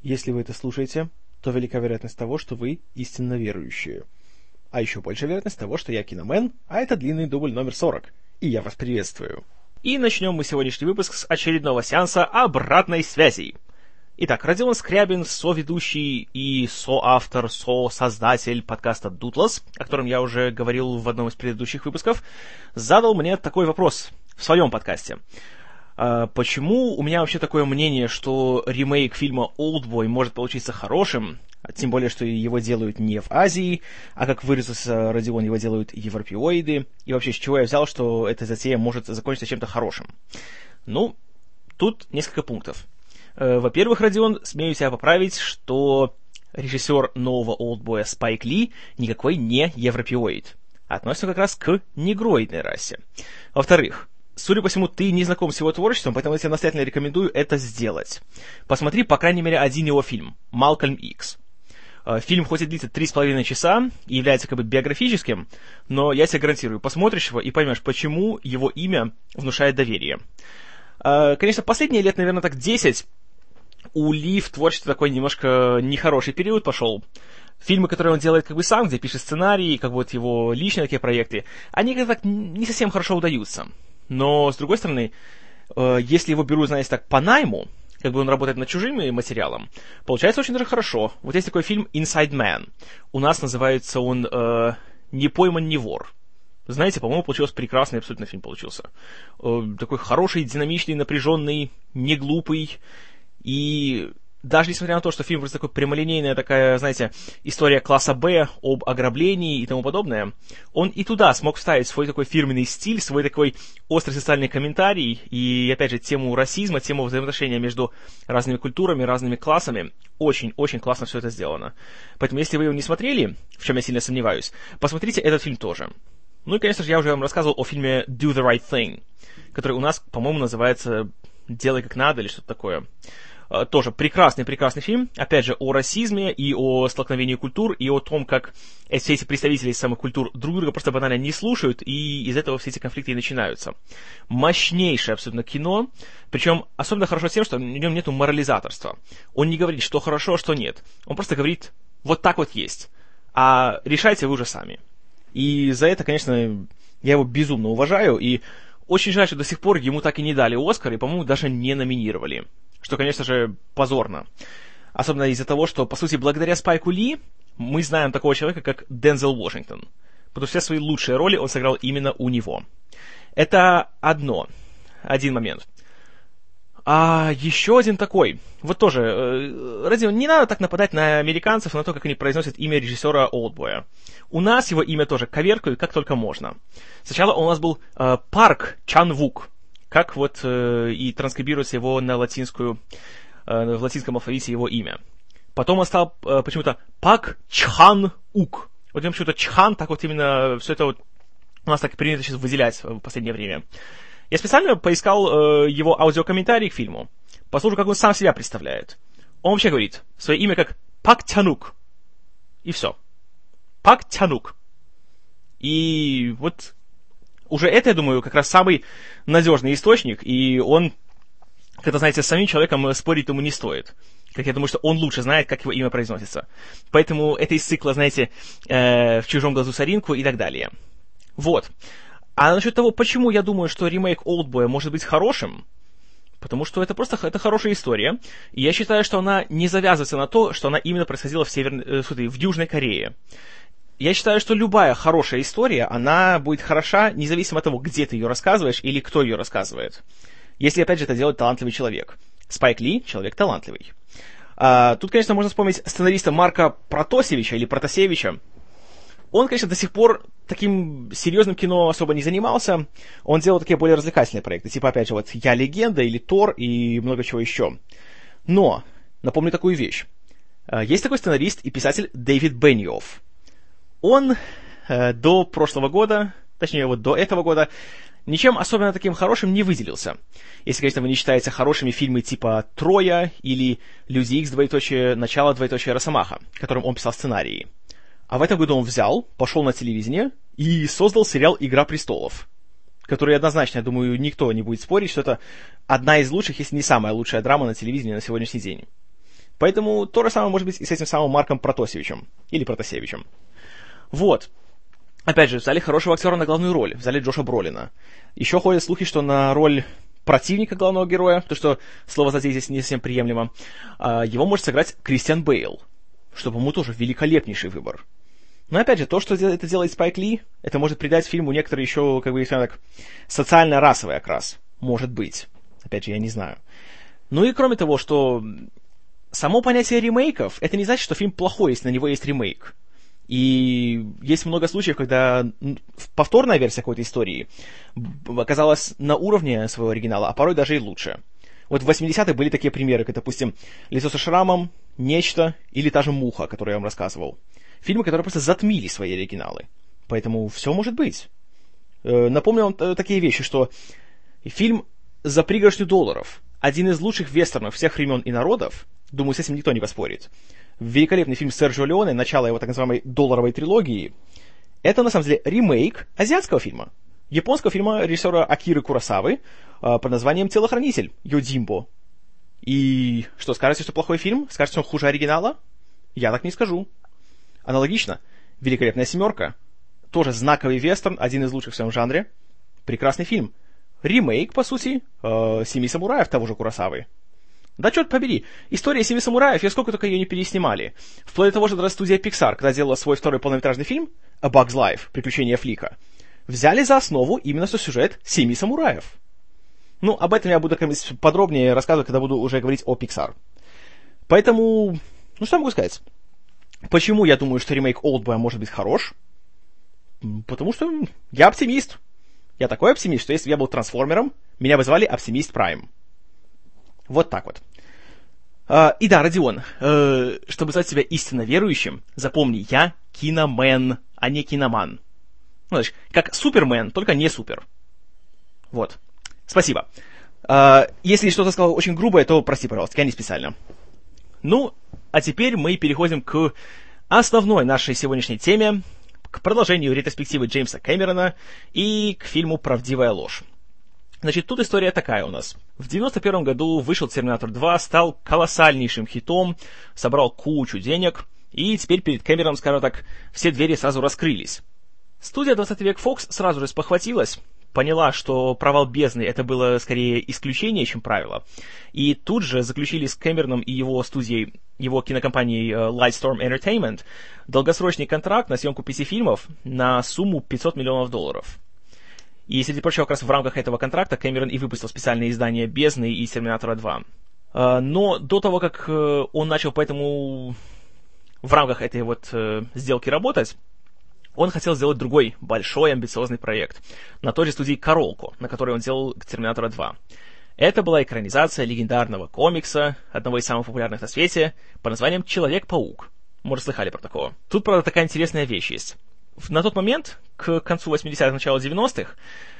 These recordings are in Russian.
Если вы это слушаете, то велика вероятность того, что вы истинно верующие. А еще больше вероятность того, что я киномен, а это длинный дубль номер 40. И я вас приветствую. И начнем мы сегодняшний выпуск с очередного сеанса обратной связи. Итак, Родион Скрябин, соведущий и соавтор, сосоздатель подкаста «Дутлас», о котором я уже говорил в одном из предыдущих выпусков, задал мне такой вопрос в своем подкасте. Почему у меня вообще такое мнение, что ремейк фильма «Олдбой» может получиться хорошим, тем более, что его делают не в Азии, а, как выразился Родион, его делают европеоиды, и вообще, с чего я взял, что эта затея может закончиться чем-то хорошим? Ну, тут несколько пунктов. Во-первых, Родион, смею тебя поправить, что режиссер нового «Олдбоя» Спайк Ли никакой не европеоид. Относится как раз к негроидной расе. Во-вторых, судя по всему, ты не знаком с его творчеством, поэтому я тебе настоятельно рекомендую это сделать. Посмотри, по крайней мере, один его фильм «Малкольм Икс». Фильм хоть и длится 3,5 часа и является как бы биографическим, но я тебе гарантирую, посмотришь его и поймешь, почему его имя внушает доверие. Конечно, последние лет, наверное, так 10 у Ли в творчестве такой немножко нехороший период пошел. Фильмы, которые он делает как бы сам, где пишет сценарий, как бы вот его личные такие проекты, они как-то так не совсем хорошо удаются. Но, с другой стороны, если его берут, знаете, так по найму, как бы он работает над чужим материалом, получается очень даже хорошо. Вот есть такой фильм «Inside Man». У нас называется он «Не пойман, не вор». Знаете, по-моему, получился прекрасный абсолютно фильм получился. Такой хороший, динамичный, напряженный, не глупый. И даже несмотря на то, что фильм просто такой прямолинейная такая, знаете, история класса Б об ограблении и тому подобное, он и туда смог вставить свой такой фирменный стиль, свой такой острый социальный комментарий и, опять же, тему расизма, тему взаимоотношения между разными культурами, разными классами. Очень-очень классно все это сделано. Поэтому, если вы его не смотрели, в чем я сильно сомневаюсь, посмотрите этот фильм тоже. Ну и, конечно же, я уже вам рассказывал о фильме «Do the Right Thing», который у нас, по-моему, называется «Делай как надо» или что-то такое. Тоже прекрасный фильм, опять же, о расизме и о столкновении культур, и о том, как все эти представители самых культур друг друга просто банально не слушают, и из этого все эти конфликты и начинаются. Мощнейшее абсолютно кино, причем особенно хорошо тем, что в нем нету морализаторства. Он не говорит, что хорошо, что нет. Он просто говорит, вот так вот есть, а решайте вы уже сами. И за это, конечно, я его безумно уважаю, и очень жаль, что до сих пор ему так и не дали Оскар, и, по-моему, даже не номинировали. Что, конечно же, позорно. Особенно из-за того, что, по сути, благодаря Спайку Ли мы знаем такого человека, как Дензел Вашингтон. Потому что все свои лучшие роли он сыграл именно у него. Это один момент. А еще один такой. Вот тоже, Родион, не надо так нападать на американцев, на то, как они произносят имя режиссера «Олдбоя». У нас его имя тоже коверкают, как только можно. Сначала у нас был Парк Чан-вук, как вот и транскрибируется его на латинскую, в латинском алфавите его имя. Потом он стал почему-то Пак Чхан-ук. Вот им почему-то Чхан, так вот именно все это вот у нас так принято сейчас выделять в последнее время. Я специально поискал его аудиокомментарий к фильму. Послушал, как он сам себя представляет. Он вообще говорит свое имя как Пак Тянук. И все. Пак Тянук. И вот уже это, я думаю, как раз самый надежный источник, и он, когда, знаете, с самим человеком спорить ему не стоит. Как я думаю, что он лучше знает, как его имя произносится. Поэтому это из цикла, знаете, в чужом глазу соринку и так далее. Вот. А насчет того, почему я думаю, что ремейк «Олдбоя» может быть хорошим, потому что это просто это хорошая история, и я считаю, что она не завязывается на то, что она именно происходила в Южной Корее. Я считаю, что любая хорошая история, она будет хороша, независимо от того, где ты ее рассказываешь или кто ее рассказывает. Если, опять же, это делает талантливый человек. Спайк Ли — человек талантливый. Тут, конечно, можно вспомнить сценариста Марка Протасевича или Протасевича. Он, конечно, до сих пор таким серьезным кино особо не занимался. Он делал такие более развлекательные проекты, типа, опять же, вот «Я легенда» или «Тор» и много чего еще. Но, напомню такую вещь. Есть такой сценарист и писатель Дэвид Беньофф. Он до прошлого года, точнее, вот до этого года, ничем особенно таким хорошим не выделился. Если, конечно, вы не считаете хорошими фильмы типа «Троя» или «Люди Икс, двоеточие, начало, двоеточие, Росомаха», которым он писал сценарии. А в этом году он взял, пошел на телевидение и создал сериал «Игра престолов», который однозначно, я думаю, никто не будет спорить, что это одна из лучших, если не самая лучшая драма на телевидении на сегодняшний день. Поэтому то же самое может быть и с этим самым Марком Протасевичем. Или Протасевичем. Вот. Опять же, взяли хорошего актера на главную роль. Взяли Джоша Бролина. Еще ходят слухи, что на роль противника главного героя, то что слово «злодей» здесь не совсем приемлемо, его может сыграть Кристиан Бейл. Что, по-моему, тоже великолепнейший выбор. Но опять же, то, что это делает Спайк Ли, это может придать фильму некоторый еще, как бы, так, социально-расовый окрас. Может быть. Опять же, я не знаю. Ну и кроме того, что само понятие ремейков, это не значит, что фильм плохой, если на него есть ремейк. И есть много случаев, когда повторная версия какой-то истории оказалась на уровне своего оригинала, а порой даже и лучше. Вот в 80-х были такие примеры, как, допустим, «Лицо со шрамом», «Нечто» или та же «Муха», о которой я вам рассказывал. Фильмы, которые просто затмили свои оригиналы. Поэтому все может быть. Напомню вам такие вещи, что фильм «За пригоршню долларов» — один из лучших вестернов всех времен и народов, думаю, с этим никто не поспорит. Великолепный фильм Серджио Леоне, начало его так называемой долларовой трилогии, это на самом деле ремейк азиатского фильма. Японского фильма режиссера Акиры Куросавы под названием «Телохранитель» Йодзимбо. И что, скажете, что плохой фильм? Скажете, что он хуже оригинала? Я так не скажу. Аналогично, «Великолепная семерка». Тоже знаковый вестерн, один из лучших в своем жанре. Прекрасный фильм. Ремейк, по сути, «Семи самураев» того же Куросавы. Да черт побери, история «Семи самураев», я сколько только ее не переснимали. Вплоть до того же даже студия Pixar, когда делала свой второй полнометражный фильм «A Bug's Life. Приключения Флика», взяли за основу именно что сюжет «Семи самураев». Ну, об этом я буду как-нибудь подробнее рассказывать, когда буду уже говорить о Pixar. Поэтому, ну что я могу сказать? Почему я думаю, что ремейк «Олдбоя» может быть хорош? Потому что я оптимист. Я такой оптимист, что если бы я был трансформером, меня бы звали Оптимист Прайм. Вот так вот. И да, Родион, чтобы звать себя истинно верующим, запомни, я киномен, а не киноман. Ну, значит, как Супермен, только не супер. Вот. Спасибо. Если что-то сказал очень грубое, то прости, пожалуйста, я не специально. Ну, а теперь мы переходим к основной нашей сегодняшней теме, к продолжению ретроспективы Джеймса Кэмерона и к фильму «Правдивая ложь». Значит, тут история такая у нас. В 91 году вышел «Терминатор 2», стал колоссальнейшим хитом, собрал кучу денег, и теперь перед Кэмероном, скажем так, все двери сразу раскрылись. Студия «20 век Fox» сразу же спохватилась, поняла, что провал «Бездны» это было скорее исключение, чем правило, и тут же заключили с Кэмероном и его студией, его кинокомпанией Lightstorm Entertainment долгосрочный контракт на съемку 5 фильмов на сумму $500 миллионов. И, среди прочего, как раз в рамках этого контракта Кэмерон и выпустил специальные издания «Бездны» и «Терминатора 2». Но до того, как он начал поэтому в рамках этой вот сделки работать, он хотел сделать другой большой амбициозный проект на той же студии «Королко», на которой он делал «Терминатора 2». Это была экранизация легендарного комикса, одного из самых популярных на свете, под названием «Человек-паук». Может, слыхали про такого. Тут, правда, такая интересная вещь есть. На тот момент, к концу 80-х, началу 90-х,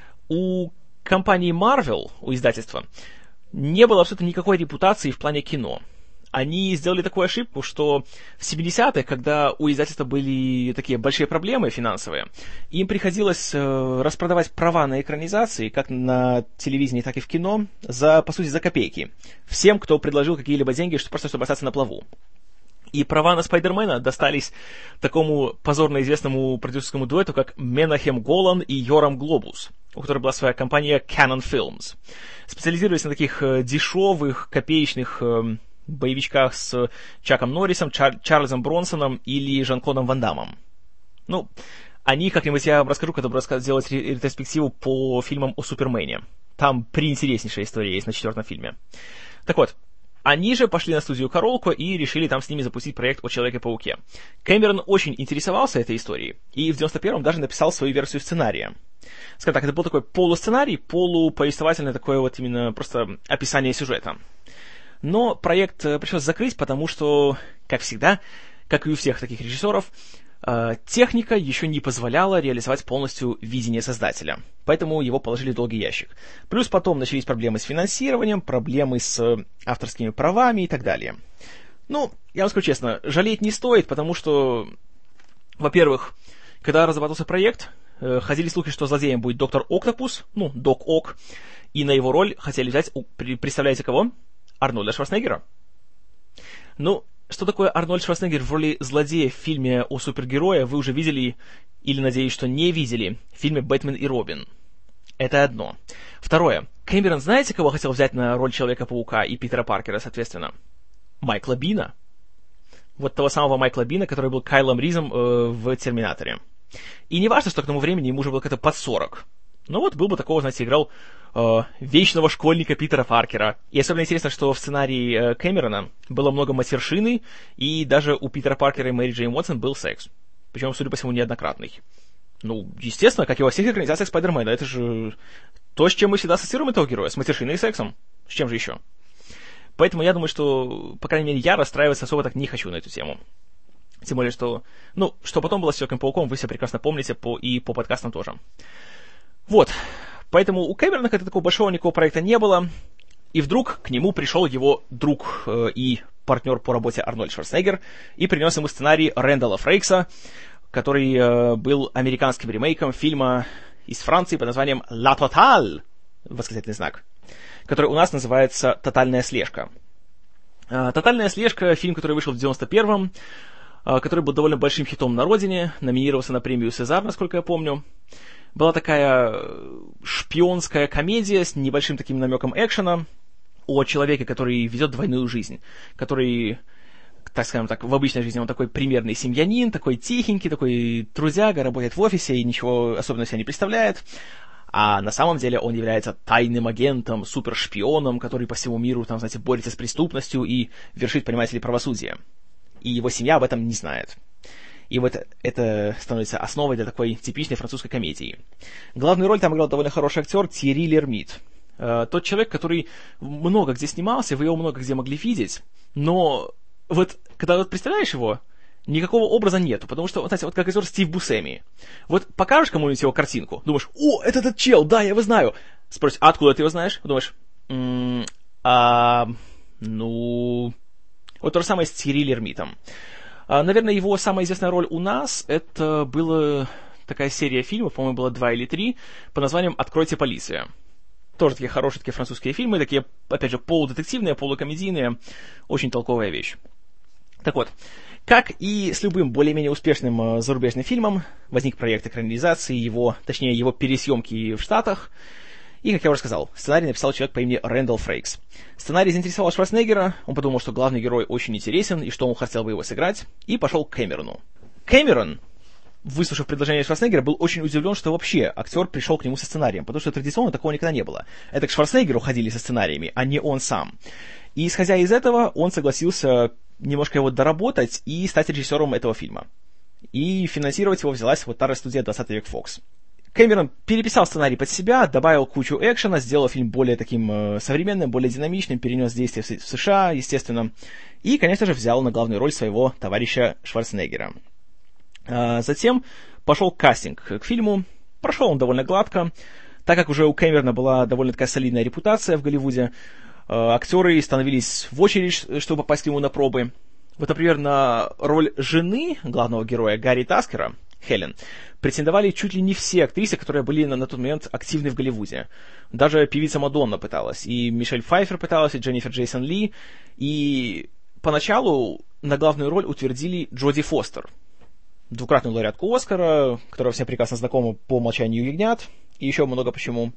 у компании Marvel, у издательства, не было абсолютно никакой репутации в плане кино. Они сделали такую ошибку, что в 70-х, когда у издательства были такие большие проблемы финансовые, им приходилось распродавать права на экранизации, как на телевидении, так и в кино, по сути, за копейки. Всем, кто предложил какие-либо деньги, просто чтобы остаться на плаву. И права на Спайдермена достались такому позорно известному продюсерскому дуэту, как Менахем Голан и Йорам Глобус, у которой была своя компания Canon Films. Специализировались на таких дешевых, копеечных боевичках с Чаком Норрисом, Чарльзом Бронсоном или Жан-Клодом Ван Даммом. Ну, о них как-нибудь я вам расскажу, когда буду делать ретроспективу по фильмам о Супермене. Там приинтереснейшая история есть на 4-м фильме. Так вот, они же пошли на студию Королко и решили там с ними запустить проект о Человеке-пауке. Кэмерон очень интересовался этой историей, и в 91-м даже написал свою версию сценария. Скажем так, это был такой полусценарий, полуповествовательное такое вот именно просто описание сюжета. Но проект пришлось закрыть, потому что, как всегда, как и у всех таких режиссеров, техника еще не позволяла реализовать полностью видение создателя. Поэтому его положили в долгий ящик. Плюс потом начались проблемы с финансированием, проблемы с авторскими правами и так далее. Ну, я вам скажу честно, жалеть не стоит, потому что, во-первых, когда разрабатывался проект, ходили слухи, что злодеем будет доктор Октопус, ну, Док Ок, и на его роль хотели взять, представляете кого? Арнольда Шварценеггера. Ну, что такое Арнольд Шварценеггер в роли злодея в фильме о супергерое, вы уже видели, или, надеюсь, что не видели, в фильме «Бэтмен и Робин». Это одно. Второе. Кэмерон, знаете, кого хотел взять на роль Человека-паука и Питера Паркера, соответственно? Майкла Бина. Вот того самого Майкла Бина, который был Кайлом Ризом в «Терминаторе». И не важно, что к тому времени ему уже было как-то под 40. Но вот был бы такого, знаете, играл вечного школьника Питера Паркера. И особенно интересно, что в сценарии Кэмерона было много матершины, и даже у Питера Паркера и Мэри Джейн Уотсон был секс. Причем, судя по всему, неоднократный. Ну, естественно, как и во всех экранизациях Спайдермена, это же то, с чем мы всегда ассоциируем этого героя, с матершиной и сексом. С чем же еще? Поэтому я думаю, что, по крайней мере, я расстраиваться особо так не хочу на эту тему. Тем более, что... Ну, что потом было с Человеком-пауком, вы все прекрасно помните, и по подкастам тоже. Вот. Поэтому у Кэмерона как-то такого большого никакого проекта не было. И вдруг к нему пришел его друг и партнер по работе Арнольд Шварценеггер и принес ему сценарий Рэндалла Фрейкса, который был американским ремейком фильма из Франции под названием «La Totale», восклицательный знак, который у нас называется «Тотальная слежка». «Тотальная слежка» — фильм, который вышел в 91-м, который был довольно большим хитом на родине, номинировался на премию «Сезар», насколько я помню. Была такая шпионская комедия с небольшим таким намеком экшена о человеке, который ведет двойную жизнь, который, так скажем так, в обычной жизни он такой примерный семьянин, такой тихенький, такой трудяга, работает в офисе и ничего особенного себя не представляет. А на самом деле он является тайным агентом, супершпионом, который по всему миру, там, знаете, борется с преступностью и вершит, понимаете ли, правосудие. И его семья об этом не знает. И вот это становится основой для такой типичной французской комедии. Главную роль там играл довольно хороший актер Тьерри Лермит. Тот человек, который много где снимался, вы его много где могли видеть, но вот когда вот представляешь его, никакого образа нету, потому что, вот, знаете, вот как актер Стив Бусцеми. Вот покажешь кому-нибудь его картинку, думаешь, о, это этот чел, да, я его знаю. Спросишь, а откуда ты его знаешь? Думаешь, ну... Вот то же самое с Тьерри Лермитом. Наверное, его самая известная роль у нас, это была такая серия фильмов, по-моему, было 2 или 3, под названием «Откройте, полиция». Тоже такие хорошие такие французские фильмы, такие, опять же, полудетективные, полукомедийные, очень толковая вещь. Так вот, как и с любым более-менее успешным зарубежным фильмом, возник проект экранизации его, точнее, его пересъемки в Штатах. И, как я уже сказал, сценарий написал человек по имени Рэндалл Фрейкс. Сценарий заинтересовал Шварценеггера, он подумал, что главный герой очень интересен, и что он хотел бы его сыграть, и пошел к Кэмерону. Кэмерон, выслушав предложение Шварценеггера, был очень удивлен, что вообще актер пришел к нему со сценарием, потому что традиционно такого никогда не было. Это к Шварценеггеру ходили со сценариями, а не он сам. И, исходя из этого, он согласился немножко его доработать и стать режиссером этого фильма. И финансировать его взялась вот та же студия 20 век Fox. Кэмерон переписал сценарий под себя, добавил кучу экшена, сделал фильм более таким современным, более динамичным, перенес действие в США, естественно, и, конечно же, взял на главную роль своего товарища Шварценеггера. Затем пошел кастинг к фильму, прошел он довольно гладко, так как уже у Кэмерона была довольно такая солидная репутация в Голливуде, актеры становились в очередь, чтобы попасть к нему на пробы. Вот, например, на роль жены главного героя Гарри Таскера, Хелен, претендовали чуть ли не все актрисы, которые были на тот момент активны в Голливуде. Даже певица Мадонна пыталась, и Мишель Пфайффер пыталась, и Дженнифер Джейсон Ли, и поначалу на главную роль утвердили Джоди Фостер, двукратную лауреатку Оскара, которая всем прекрасно знакома по «Молчанию ягнят», и еще много почему.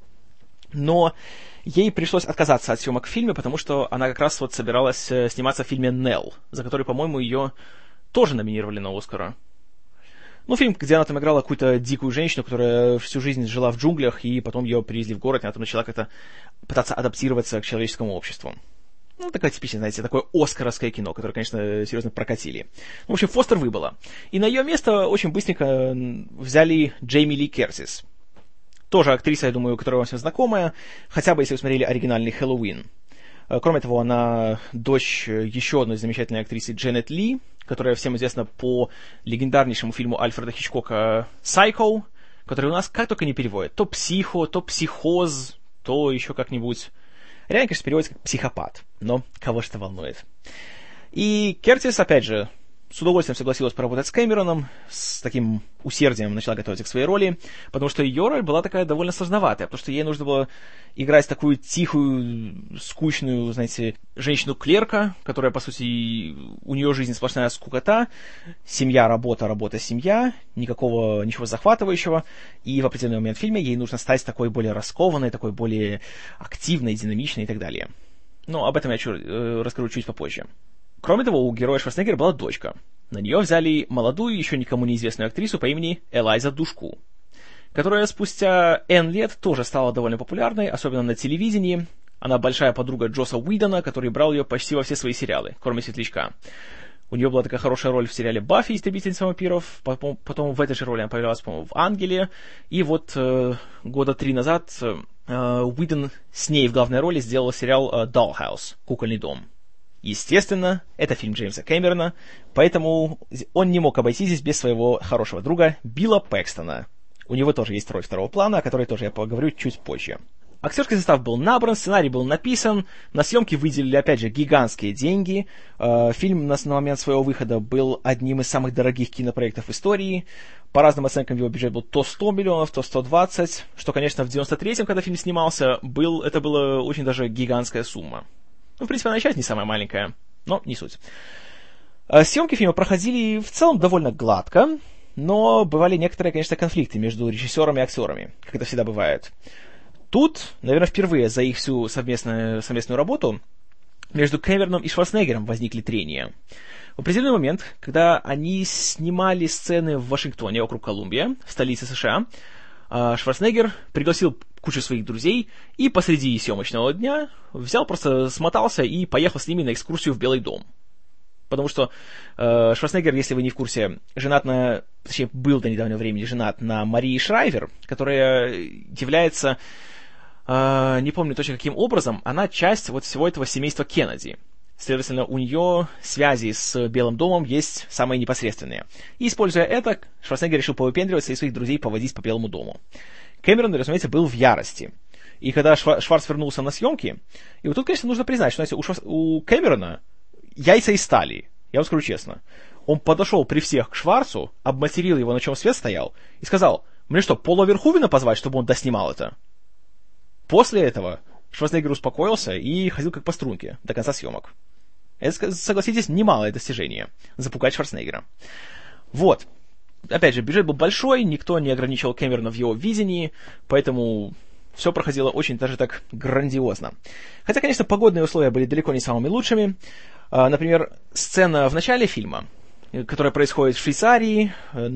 Но ей пришлось отказаться от съемок в фильме, потому что она как раз вот собиралась сниматься в фильме «Нелл», за который, по-моему, ее тоже номинировали на Оскара. Ну, фильм, где она там играла какую-то дикую женщину, которая всю жизнь жила в джунглях, и потом ее привезли в город, и она там начала как-то пытаться адаптироваться к человеческому обществу. Ну, такое типичное, знаете, такое оскаровское кино, которое, конечно, серьезно прокатили. В общем, Фостер выбыла. И на ее место очень быстренько взяли Джейми Ли Кертис. Тоже актриса, я думаю, которая вам всем знакомая, хотя бы если вы смотрели оригинальный «Хэллоуин». Кроме того, она дочь еще одной замечательной актрисы Дженнет Ли, которая всем известна по легендарнейшему фильму Альфреда Хичкока «Psycho», который у нас как только не переводят. То «психо», то «психоз», то еще как-нибудь. Реально, конечно, переводится как «психопат», но кого же это волнует. И Кертис, опять же, с удовольствием согласилась поработать с Кэмероном, с таким усердием начала готовиться к своей роли, потому что ее роль была такая довольно сложноватая, потому что ей нужно было играть такую тихую, скучную, знаете, женщину-клерка, которая, по сути, у нее жизнь сплошная скукота, семья, работа, работа, семья, ничего захватывающего, и в определенный момент в фильме ей нужно стать такой более раскованной, такой более активной, динамичной и так далее. Но об этом я расскажу чуть попозже. Кроме того, у героя Шварценеггера была дочка. На нее взяли молодую, еще никому неизвестную актрису по имени Элайза Душку, которая спустя N лет тоже стала довольно популярной, особенно на телевидении. Она большая подруга Джосса Уидона, который брал ее почти во все свои сериалы, кроме «Светлячка». У нее была такая хорошая роль в сериале «Баффи. Истребительница вампиров», потом в этой же роли она появлялась, по-моему, в «Ангеле», и вот года 3 назад Уидон с ней в главной роли сделал сериал «Dollhouse» «Кукольный дом». Естественно, это фильм Джеймса Кэмерона, поэтому он не мог обойтись здесь без своего хорошего друга Билла Пэкстона. У него тоже есть роль второго плана, о которой тоже я поговорю чуть позже. Актерский состав был набран, сценарий был написан, на съемки выделили, опять же, гигантские деньги. Фильм на момент своего выхода был одним из самых дорогих кинопроектов в истории. По разным оценкам его бюджет был то 100 миллионов, то 120, что, конечно, в 93-м, когда фильм снимался, это была очень даже гигантская сумма. Ну, в принципе, она сейчас не самая маленькая, но не суть. Съемки фильма проходили в целом довольно гладко, но бывали некоторые, конечно, конфликты между режиссером и актерами, как это всегда бывает. Тут, наверное, впервые за их всю совместную работу между Кэмероном и Шварценеггером возникли трения. В определенный момент, когда они снимали сцены в Вашингтоне, округ Колумбия, в столице США, Шварценеггер пригласил кучу своих друзей и посреди съемочного дня смотался и поехал с ними на экскурсию в Белый дом. Потому что Шварценеггер, если вы не в курсе, был до недавнего времени женат на Марии Шрайвер, которая является, не помню точно каким образом, она часть вот всего этого семейства Кеннеди. Следовательно, у нее связи с Белым домом есть самые непосредственные. И, используя это, Шварценеггер решил повыпендриваться и своих друзей поводить по Белому дому. Кэмерон, разумеется, был в ярости. И когда Шварц вернулся на съемки, и вот тут, конечно, нужно признать, что, знаете, у Кэмерона яйца из стали, я вам скажу честно. Он подошел при всех к Шварцу, обматерил его, на чем свет стоял, и сказал: «Мне что, Пола Верхувена позвать, чтобы он доснимал это?» После этого Шварценеггер успокоился и ходил как по струнке до конца съемок. Это, согласитесь, немалое достижение — запугать Шварценеггера. Вот. Опять же, бюджет был большой, никто не ограничивал Кэмерона в его видении, поэтому все проходило очень даже так грандиозно. Хотя, конечно, погодные условия были далеко не самыми лучшими. Например, сцена в начале фильма, которая происходит в Швейцарии,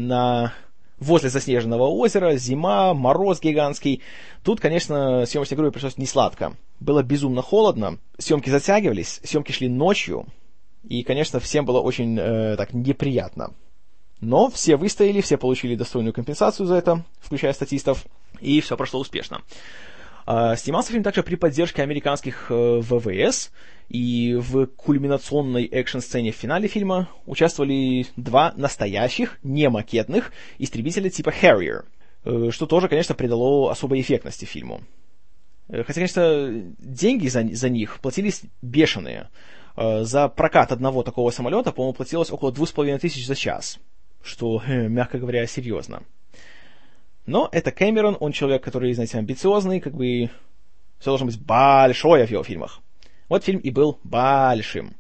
возле заснеженного озера, зима, мороз гигантский. Тут, конечно, съемочной группе пришлось несладко. Было безумно холодно, съемки затягивались, съемки шли ночью, и, конечно, всем было очень так неприятно. Но все выстояли, все получили достойную компенсацию за это, включая статистов, и все прошло успешно. Снимался фильм также при поддержке американских ВВС, и в кульминационной экшн-сцене в финале фильма участвовали 2 настоящих, не макетных истребителя типа Harrier, что тоже, конечно, придало особой эффектности фильму. Хотя, конечно, деньги за них платились бешеные. За прокат одного такого самолета, по-моему, платилось около 2500 за час, что, мягко говоря, серьезно. Но это Кэмерон, он человек, который, знаете, амбициозный, как бы все должно быть большое в его фильмах. Вот фильм и был большим.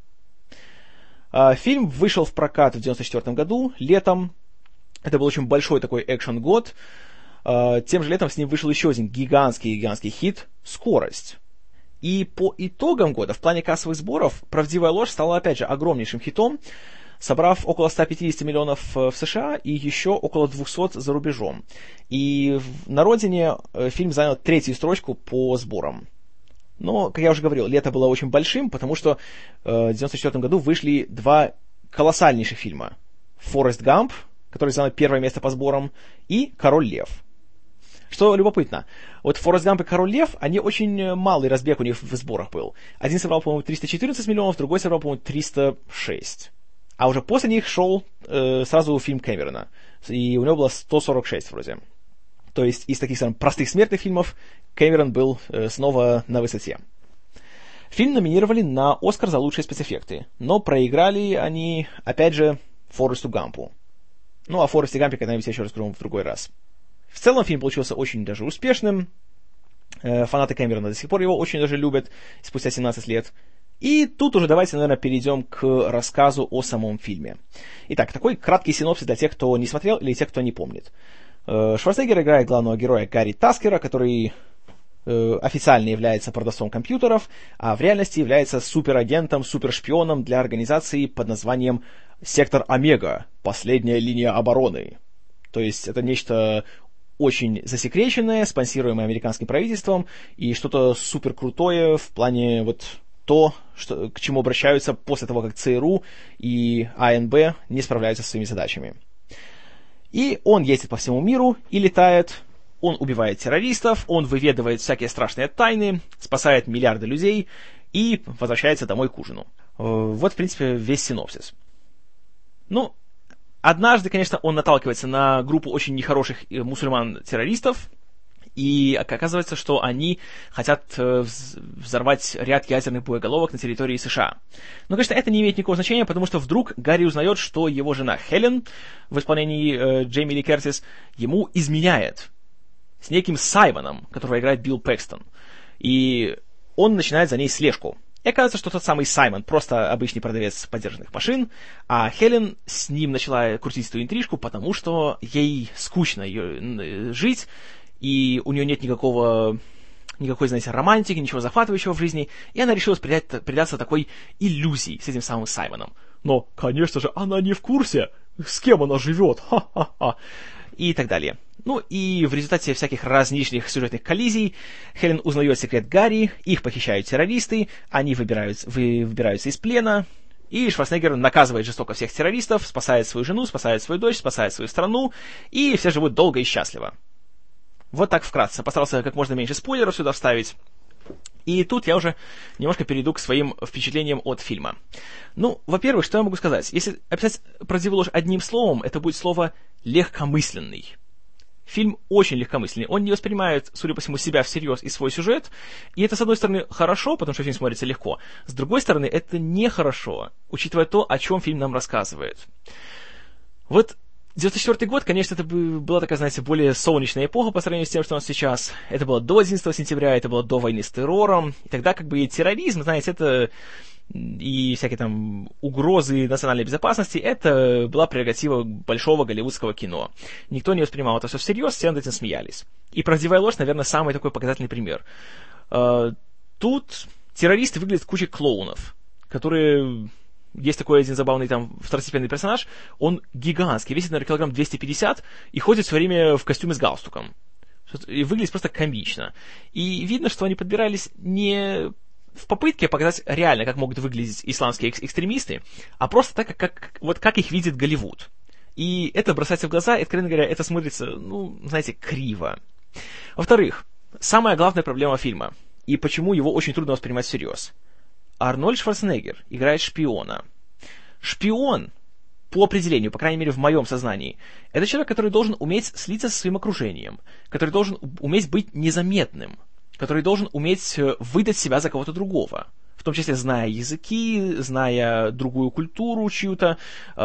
Фильм вышел в прокат в 1994 году, летом. Это был очень большой такой экшен-год. Тем же летом с ним вышел еще один гигантский хит «Скорость». И по итогам года, в плане кассовых сборов, «Правдивая ложь» стала, опять же, огромнейшим хитом, собрав около 150 миллионов в США и еще около 200 за рубежом. И на родине фильм занял 3-ю строчку по сборам. Но, как я уже говорил, лето было очень большим, потому что в 1994 году вышли 2 колоссальнейших фильма. «Форест Гамп», который занял 1-е место по сборам, и «Король Лев». Что любопытно, вот «Форест Гамп» и «Король Лев», они очень малый разбег у них в сборах был. Один собрал, по-моему, 314 миллионов, другой собрал, по-моему, 306. А уже после них шел сразу фильм Кэмерона, и у него было 146 вроде. То есть из таких самых простых смертных фильмов Кэмерон был снова на высоте. Фильм номинировали на «Оскар» за лучшие спецэффекты, но проиграли они, опять же, Форесту Гампу. Ну, о Форесте Гампе когда-нибудь я еще расскажу в другой раз. В целом фильм получился очень даже успешным. Фанаты Кэмерона до сих пор его очень даже любят, спустя 17 лет. И тут уже давайте, наверное, перейдем к рассказу о самом фильме. Итак, такой краткий синопсис для тех, кто не смотрел или тех, кто не помнит. Шварценеггер играет главного героя Гарри Таскера, который официально является продавцом компьютеров, а в реальности является суперагентом, супершпионом для организации под названием «Сектор Омега. Последняя линия обороны». То есть это нечто очень засекреченное, спонсируемое американским правительством, и что-то суперкрутое в плане вот к чему обращаются после того, как ЦРУ и АНБ не справляются со своими задачами. И он ездит по всему миру и летает, он убивает террористов, он выведывает всякие страшные тайны, спасает миллиарды людей и возвращается домой к ужину. Вот, в принципе, весь синопсис. Ну, однажды, конечно, он наталкивается на группу очень нехороших мусульман-террористов, и оказывается, что они хотят взорвать ряд ядерных боеголовок на территории США. Но, конечно, это не имеет никакого значения, потому что вдруг Гарри узнает, что его жена Хелен, в исполнении Джейми Ли Кертис, ему изменяет с неким Саймоном, которого играет Билл Пэкстон. И он начинает за ней слежку. И оказывается, что тот самый Саймон просто обычный продавец подержанных машин, а Хелен с ним начала крутить эту интрижку, потому что ей скучно жить, и у нее нет никакой, знаете, романтики, ничего захватывающего в жизни, и она решила предаться такой иллюзии с этим самым Саймоном. Но, конечно же, она не в курсе, с кем она живет, ха-ха-ха, и так далее. Ну, и в результате всяких разничных сюжетных коллизий Хелен узнает секрет Гарри, их похищают террористы, они выбираются из плена, и Шварценеггер наказывает жестоко всех террористов, спасает свою жену, спасает свою дочь, спасает свою страну, и все живут долго и счастливо. Вот так вкратце. Постарался как можно меньше спойлеров сюда вставить. И тут я уже немножко перейду к своим впечатлениям от фильма. Ну, во-первых, что я могу сказать? Если описать «Правдивую ложь» одним словом, это будет слово «легкомысленный». Фильм очень легкомысленный. Он не воспринимает, судя по всему, себя всерьез и свой сюжет. И это, с одной стороны, хорошо, потому что фильм смотрится легко. С другой стороны, это нехорошо, учитывая то, о чем фильм нам рассказывает. Вот 94 год, конечно, это была такая, знаете, более солнечная эпоха по сравнению с тем, что у нас сейчас. Это было до 11 сентября, это было до войны с террором. И тогда как бы и терроризм, знаете, это и всякие там угрозы национальной безопасности, это была прерогатива большого голливудского кино. Никто не воспринимал это все всерьез, все над этим смеялись. И «Правдивая ложь», наверное, самый такой показательный пример. Тут террористы выглядят кучей клоунов, которые... Есть такой один забавный там второстепенный персонаж, он гигантский, весит, наверное, килограмм 250 и ходит все время в костюме с галстуком. И выглядит просто комично. И видно, что они подбирались не в попытке показать реально, как могут выглядеть исламские экстремисты, а просто так, как их видит Голливуд. И это бросается в глаза, и, откровенно говоря, это смотрится, ну, знаете, криво. Во-вторых, самая главная проблема фильма, и почему его очень трудно воспринимать всерьез. Арнольд Шварценеггер играет шпиона. Шпион, по определению, по крайней мере в моем сознании, это человек, который должен уметь слиться со своим окружением, который должен уметь быть незаметным, который должен уметь выдать себя за кого-то другого, в том числе зная языки, зная другую культуру чью-то,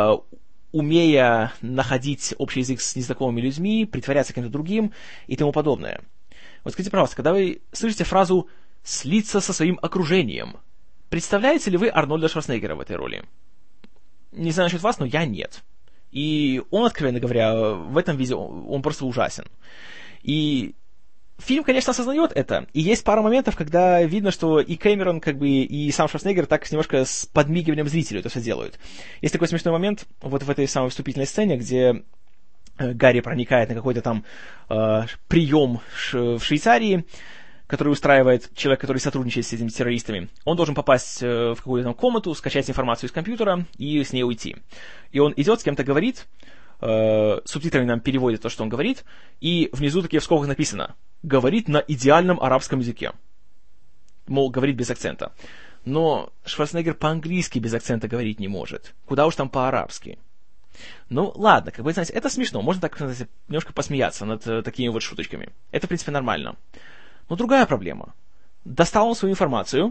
умея находить общий язык с незнакомыми людьми, притворяться кем-то другим и тому подобное. Вот скажите, пожалуйста, когда вы слышите фразу «слиться со своим окружением», представляете ли вы Арнольда Шварценеггера в этой роли? Не знаю насчет вас, но я нет. И он, откровенно говоря, в этом виде он просто ужасен. И фильм, конечно, осознает это. И есть пара моментов, когда видно, что и Кэмерон, как бы, и сам Шварценеггер так немножко с подмигиванием зрителю это все делают. Есть такой смешной момент вот в этой самой вступительной сцене, где Гарри проникает на какой-то там прием в Швейцарии, который устраивает человек, который сотрудничает с этими террористами. Он должен попасть в какую-то там комнату, скачать информацию из компьютера и с ней уйти. И он идет, с кем-то говорит, субтитрами нам переводит то, что он говорит, и внизу такие в скобках написано «говорит на идеальном арабском языке». Мол, говорит без акцента. Но Шварценеггер по-английски без акцента говорить не может. Куда уж там по-арабски. Ну, ладно, как бы, знаете, это смешно. Можно так, знаете, немножко посмеяться над такими вот шуточками. Это, в принципе, нормально. Но другая проблема. Достал он свою информацию,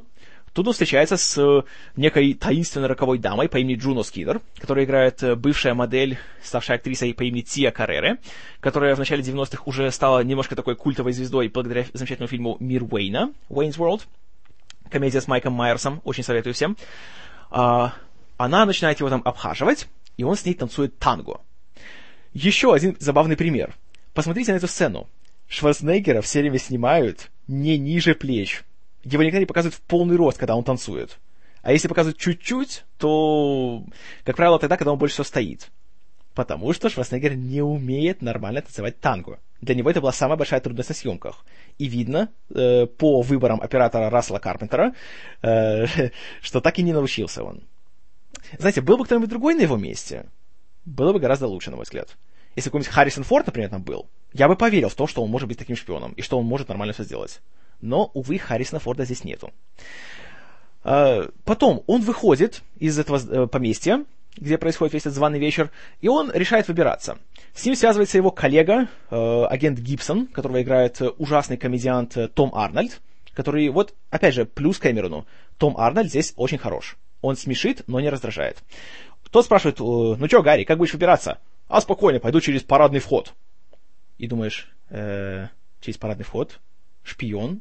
Тут он встречается с некой таинственной роковой дамой по имени Джуно Скиннер, которая играет бывшая модель, ставшая актрисой по имени Тия Каррере, которая в начале 90-х уже стала немножко такой культовой звездой благодаря замечательному фильму «Мир Уэйна», «Уэйн's World», комедия с Майком Майерсом, очень советую всем. Она начинает его там обхаживать, и он с ней танцует танго. Еще один забавный пример. Посмотрите на эту сцену. Шварценеггера все время снимают не ниже плеч. Его никогда не показывают в полный рост, когда он танцует. А если показывают чуть-чуть, то, как правило, тогда, когда он больше всего стоит. Потому что Шварценеггер не умеет нормально танцевать танго. Для него это была самая большая трудность на съемках. И видно по выборам оператора Рассела Карпентера, что так и не научился он. Знаете, был бы кто-нибудь другой на его месте, было бы гораздо лучше, на мой взгляд. Если какой-нибудь Харрисон Форд, например, там был, я бы поверил в то, что он может быть таким шпионом, и что он может нормально все сделать. Но, увы, Харрисона Форда здесь нету. Потом он выходит из этого поместья, где происходит весь этот званый вечер, и он решает выбираться. С ним связывается его коллега, агент Гибсон, которого играет ужасный комедиант Том Арнольд, который, вот, опять же, плюс Кэмерону. Том Арнольд здесь очень хорош. Он смешит, но не раздражает. Тот спрашивает: ну что, Гарри, как будешь выбираться? А спокойно, пойду через парадный вход. И думаешь, через парадный вход? Шпион?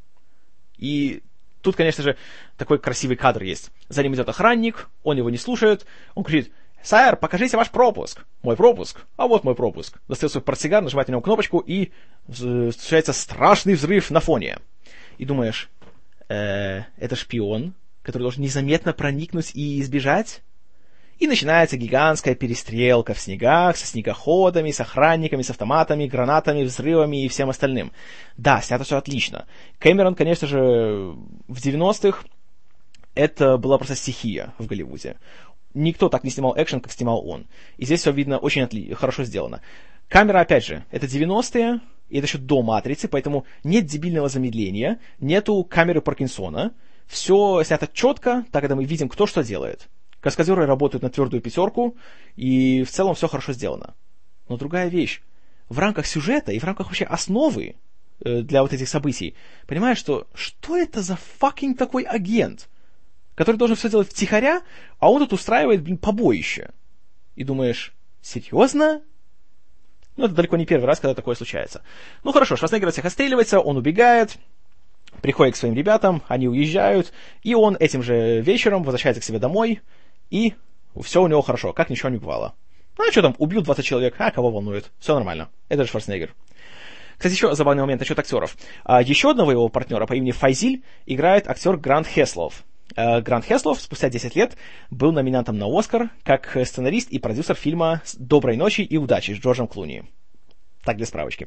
И тут, конечно же, такой красивый кадр есть. За ним идет охранник, он его не слушает, он кричит: «Сэр, покажите ваш пропуск». «Мой пропуск? А вот мой пропуск». Достает свой портсигар, нажимает на него кнопочку, и случается страшный взрыв на фоне. И думаешь, это шпион, который должен незаметно проникнуть и избежать? И начинается гигантская перестрелка в снегах, со снегоходами, с охранниками, с автоматами, гранатами, взрывами и всем остальным. Да, снято все отлично. Кэмерон, конечно же, в 90-х это была просто стихия в Голливуде. Никто так не снимал экшен, как снимал он. И здесь все видно очень хорошо сделано. Камера, опять же, это 90-е, и это еще до «Матрицы», поэтому нет дебильного замедления, нету камеры Паркинсона. Все снято четко, так когда мы видим, кто что делает. Каскадеры работают на твердую пятерку, и в целом все хорошо сделано. Но другая вещь. В рамках сюжета и в рамках вообще основы для вот этих событий, понимаешь, что это за fucking такой агент, который должен все делать втихаря, а он тут устраивает, побоище. И думаешь, серьезно? Ну, это далеко не первый раз, когда такое случается. Ну, хорошо, Шварценеггер от всех отстреливается, он убегает, приходит к своим ребятам, они уезжают, и он этим же вечером возвращается к себе домой, и все у него хорошо, как ничего не бывало. Ну, а что там, убил 20 человек, а кого волнует? Все нормально. Это же Шварценеггер. Кстати, еще забавный момент насчет актеров. Еще одного его партнера по имени Файзиль играет актер Грант Хеслов. Грант Хеслов спустя 10 лет был номинантом на Оскар как сценарист и продюсер фильма «Доброй ночи и удачи» с Джорджем Клуни. Так, для справочки.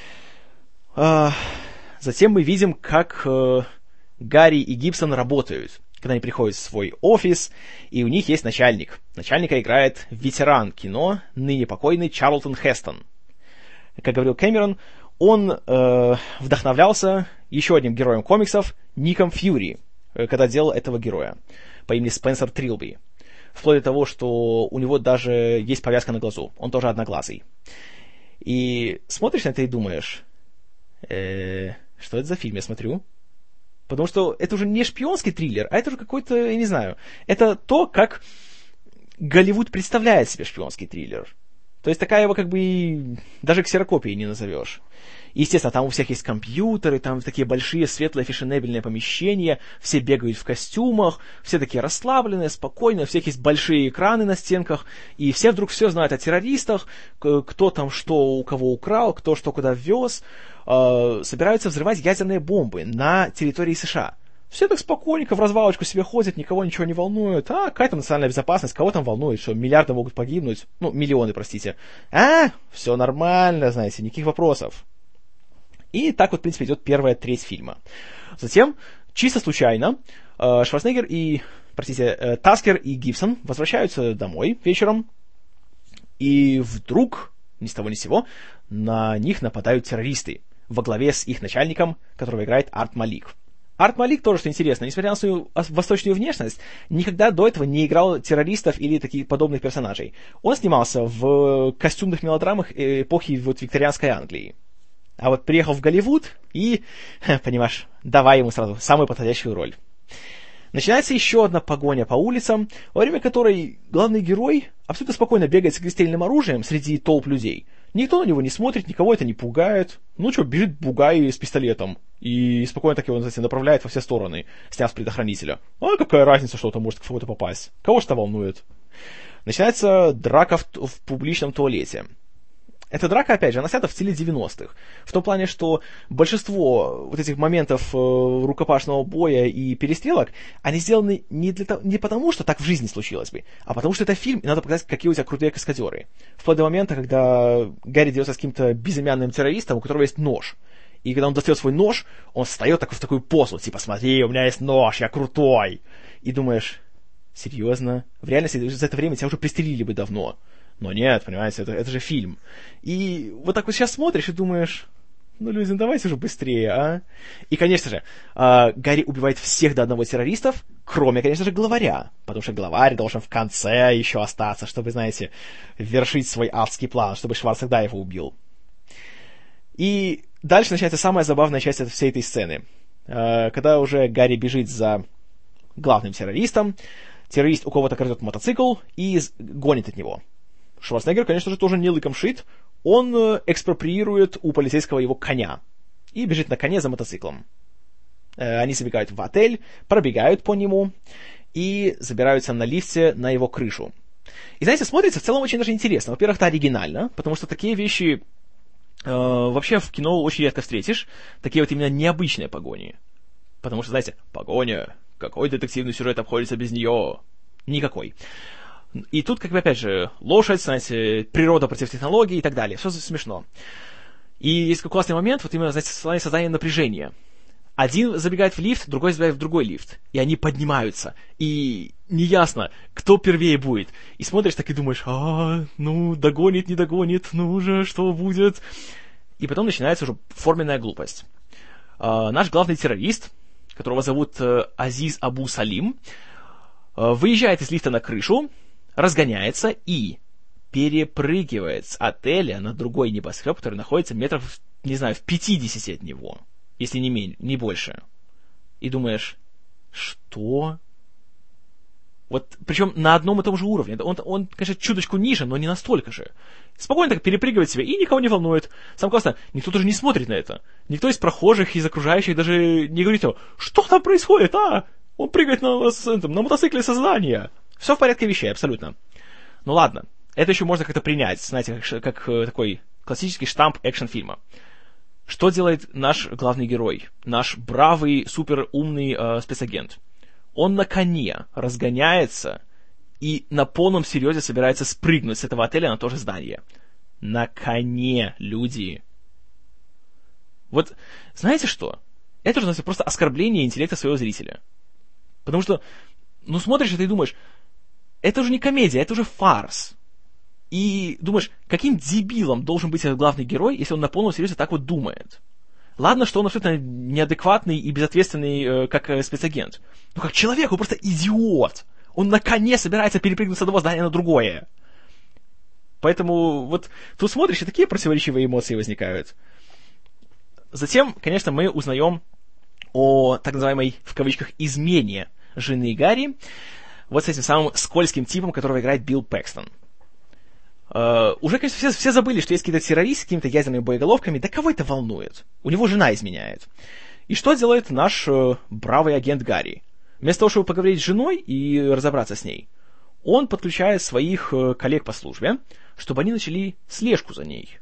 Затем мы видим, как Гарри и Гибсон работают, когда они приходят в свой офис, и у них есть начальник. Начальника играет ветеран кино, ныне покойный Чарлтон Хестон. Как говорил Кэмерон, он вдохновлялся еще одним героем комиксов, Ником Фьюри, когда делал этого героя по имени Спенсер Трилби. Вплоть до того, что у него даже есть повязка на глазу. Он тоже одноглазый. И смотришь на это и думаешь, что это за фильм, я смотрю? Потому что это уже не шпионский триллер, а это уже какой-то, я не знаю, это то, как Голливуд представляет себе шпионский триллер. То есть такая его как бы даже ксерокопией не назовешь. Естественно, там у всех есть компьютеры, там такие большие светлые фешенебельные помещения, все бегают в костюмах, все такие расслабленные, спокойные, у всех есть большие экраны на стенках, и все вдруг все знают о террористах, кто там что у кого украл, кто что куда ввез, собираются взрывать ядерные бомбы на территории США. Все так спокойненько в развалочку себе ходят, никого ничего не волнует. Какая там национальная безопасность, кого там волнует, что миллиарды могут погибнуть, миллионы, простите. Все нормально, знаете, никаких вопросов. И так вот, в принципе, идет первая треть фильма. Затем, чисто случайно, Таскер и Гибсон возвращаются домой вечером, и вдруг, ни с того ни с сего, на них нападают террористы во главе с их начальником, которого играет Арт Малик. Арт Малик тоже, что интересно, несмотря на свою восточную внешность, никогда до этого не играл террористов или таких подобных персонажей. Он снимался в костюмных мелодрамах эпохи викторианской Англии. А вот приехал в Голливуд и, понимаешь, давай ему сразу самую подходящую роль. Начинается еще одна погоня по улицам, во время которой главный герой абсолютно спокойно бегает с огнестрельным оружием среди толп людей. Никто на него не смотрит, никого это не пугает. Ну что, бежит бугай с пистолетом. И спокойно так его, знаете, направляет во все стороны, сняв с предохранителя. А какая разница, что там может в кого-то попасть? Кого ж это волнует? Начинается драка в публичном туалете. Эта драка, опять же, она снята в стиле 90-х. В том плане, что большинство вот этих моментов рукопашного боя и перестрелок, они сделаны не потому, что так в жизни случилось бы, а потому что это фильм, и надо показать, какие у тебя крутые каскадеры. Вплоть до момента, когда Гарри дерется с каким-то безымянным террористом, у которого есть нож. И когда он достает свой нож, он встает так в такую позу, типа, смотри, у меня есть нож, я крутой. И думаешь, серьезно? В реальности за это время тебя уже пристрелили бы давно. Но нет, понимаете, это же фильм. И вот так вот сейчас смотришь и думаешь, ну, люди, давайте уже быстрее, а? И, конечно же, Гарри убивает всех до одного террористов, кроме, конечно же, главаря. Потому что главарь должен в конце еще остаться, чтобы, знаете, вершить свой адский план, чтобы Шварц тогда его убил. И дальше начинается самая забавная часть всей этой сцены. Когда уже Гарри бежит за главным террористом, террорист у кого-то крадет мотоцикл и гонит от него. Шварценеггер, конечно же, тоже не лыком шит. Он экспроприирует у полицейского его коня и бежит на коне за мотоциклом. Они забегают в отель, пробегают по нему и забираются на лифте на его крышу. И, знаете, смотрится в целом очень даже интересно. Во-первых, это оригинально, потому что такие вещи вообще в кино очень редко встретишь. Такие вот именно необычные погони. Потому что, знаете, погоня, какой детективный сюжет обходится без нее? Никакой. И тут, как бы, опять же, лошадь, знаете, природа против технологий и так далее. Все смешно. И есть такой классный момент, вот именно, знаете, создание напряжения. Один забегает в лифт, другой забегает в другой лифт. И они поднимаются. И неясно, кто первее будет. И смотришь так и думаешь, ну, догонит, не догонит, ну уже, что будет? И потом начинается уже форменная глупость. Наш главный террорист, которого зовут Азиз Абу Салим, выезжает из лифта на крышу, разгоняется и перепрыгивает с отеля на другой небоскреб, который находится метров, не знаю, в 50 от него, если не больше. И думаешь, что? Вот, причем на одном и том же уровне. Он, конечно, чуточку ниже, но не настолько же. Спокойно так перепрыгивает себя, и никого не волнует. Самое классное, никто даже не смотрит на это. Никто из прохожих, из окружающих даже не говорит, что там происходит, Он прыгает на мотоцикле со здания. Все в порядке вещей, абсолютно. Ну ладно, это еще можно как-то принять, знаете, как такой классический штамп экшн-фильма. Что делает наш главный герой, наш бравый, супер умный спецагент? Он на коне разгоняется и на полном серьезе собирается спрыгнуть с этого отеля на то же здание. На коне, люди. Вот, знаете что? Это же, знаете, просто оскорбление интеллекта своего зрителя. Потому что, ну, смотришь это и думаешь, это уже не комедия, это уже фарс. И думаешь, каким дебилом должен быть этот главный герой, если он на полном серьезе так вот думает? Ладно, что он абсолютно неадекватный и безответственный, как спецагент. Но как человек, он просто идиот. Он на коне собирается перепрыгнуть с одного здания на другое. Поэтому вот тут смотришь, и такие противоречивые эмоции возникают. Затем, конечно, мы узнаем о так называемой, в кавычках, измене жены Гарри, вот с этим самым скользким типом, которого играет Билл Пэкстон. Уже, конечно, все забыли, что есть какие-то террористы с какими-то ядерными боеголовками, да кого это волнует? У него жена изменяет. И что делает наш бравый агент Гарри? Вместо того, чтобы поговорить с женой и разобраться с ней, он подключает своих коллег по службе, чтобы они начали слежку за ней.